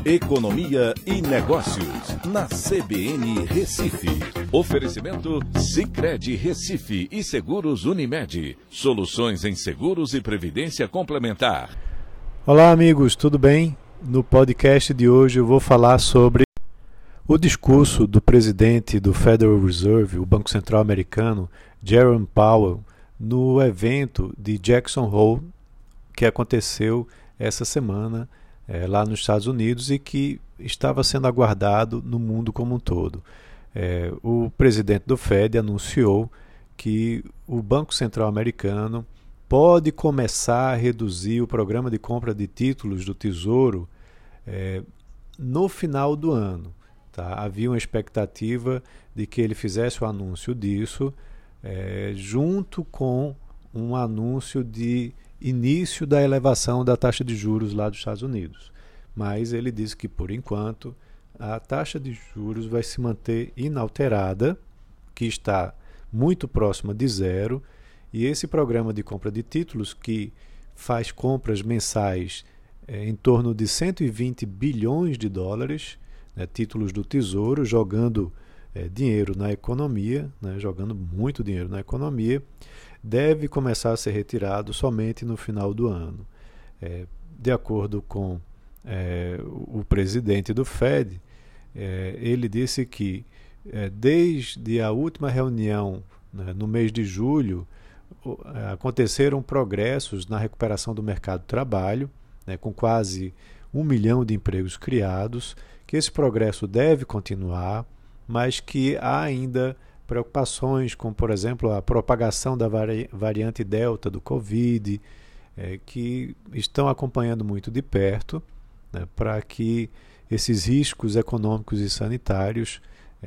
Economia e Negócios, na CBN Recife. Oferecimento Sicredi Recife e Seguros Unimed. Soluções em seguros e previdência complementar. Olá amigos, tudo bem? No podcast de hoje eu vou falar sobre o discurso do presidente do Federal Reserve, o Banco Central Americano, Jerome Powell, no evento de Jackson Hole, que aconteceu essa semana lá nos Estados Unidos e que estava sendo aguardado no mundo como um todo. O presidente do Fed anunciou que o Banco Central Americano pode começar a reduzir o programa de compra de títulos do Tesouro no final do ano. Tá? Havia uma expectativa de que ele fizesse o anúncio disso junto com um anúncio de início da elevação da taxa de juros lá dos Estados Unidos. Mas ele disse que, por enquanto, a taxa de juros vai se manter inalterada, que está muito próxima de zero, e esse programa de compra de títulos, que faz compras mensais em torno de 120 bilhões de dólares, títulos do Tesouro, jogando dinheiro na economia, jogando muito dinheiro na economia, deve começar a ser retirado somente no final do ano. De acordo com o presidente do Fed, ele disse que desde a última reunião, no mês de julho, aconteceram progressos na recuperação do mercado de trabalho, com quase 1 milhão de empregos criados, que esse progresso deve continuar, mas que há ainda preocupações como, por exemplo, a propagação da variante Delta do Covid, que estão acompanhando muito de perto, para que esses riscos econômicos e sanitários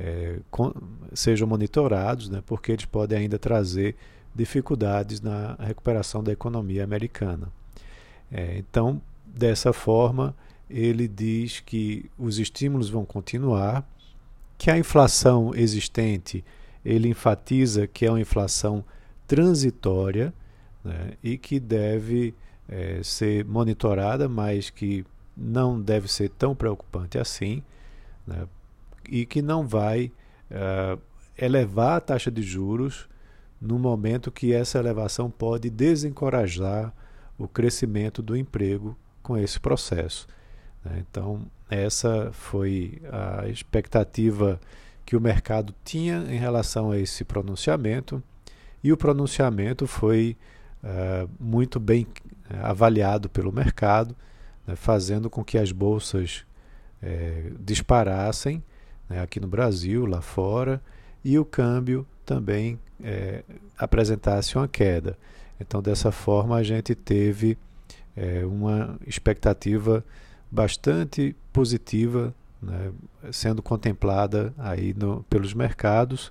sejam monitorados, porque eles podem ainda trazer dificuldades na recuperação da economia americana. Então, dessa forma, ele diz que os estímulos vão continuar, que a inflação existente ele enfatiza que é uma inflação transitória, e que deve ser monitorada, mas que não deve ser tão preocupante assim, e que não vai elevar a taxa de juros no momento que essa elevação pode desencorajar o crescimento do emprego com esse processo. Então, essa foi a expectativa que o mercado tinha em relação a esse pronunciamento, e o pronunciamento foi muito bem avaliado pelo mercado, fazendo com que as bolsas disparassem, aqui no Brasil, lá fora, e o câmbio também apresentasse uma queda. Então, dessa forma, a gente teve uma expectativa bastante positiva, sendo contemplada aí pelos mercados,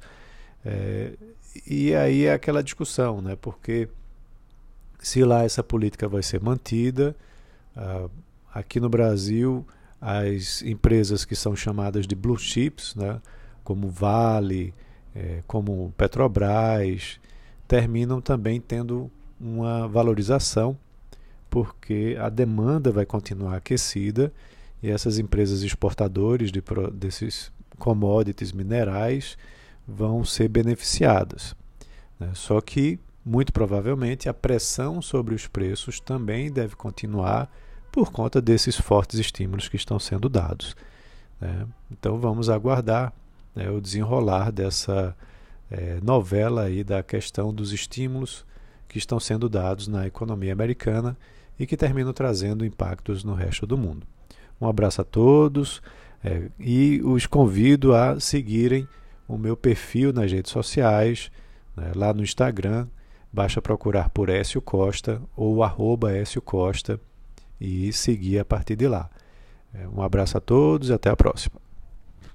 e aí é aquela discussão, porque se lá essa política vai ser mantida, aqui no Brasil as empresas que são chamadas de blue chips, como Vale, como Petrobras, terminam também tendo uma valorização, porque a demanda vai continuar aquecida e essas empresas exportadoras desses commodities minerais vão ser beneficiadas. Só que, muito provavelmente, a pressão sobre os preços também deve continuar por conta desses fortes estímulos que estão sendo dados. Então vamos aguardar o desenrolar dessa novela aí da questão dos estímulos que estão sendo dados na economia americana e que terminam trazendo impactos no resto do mundo. Um abraço a todos e os convido a seguirem o meu perfil nas redes sociais, lá no Instagram, basta procurar por Écio Costa ou @Écio Costa e seguir a partir de lá. Um abraço a todos e até a próxima.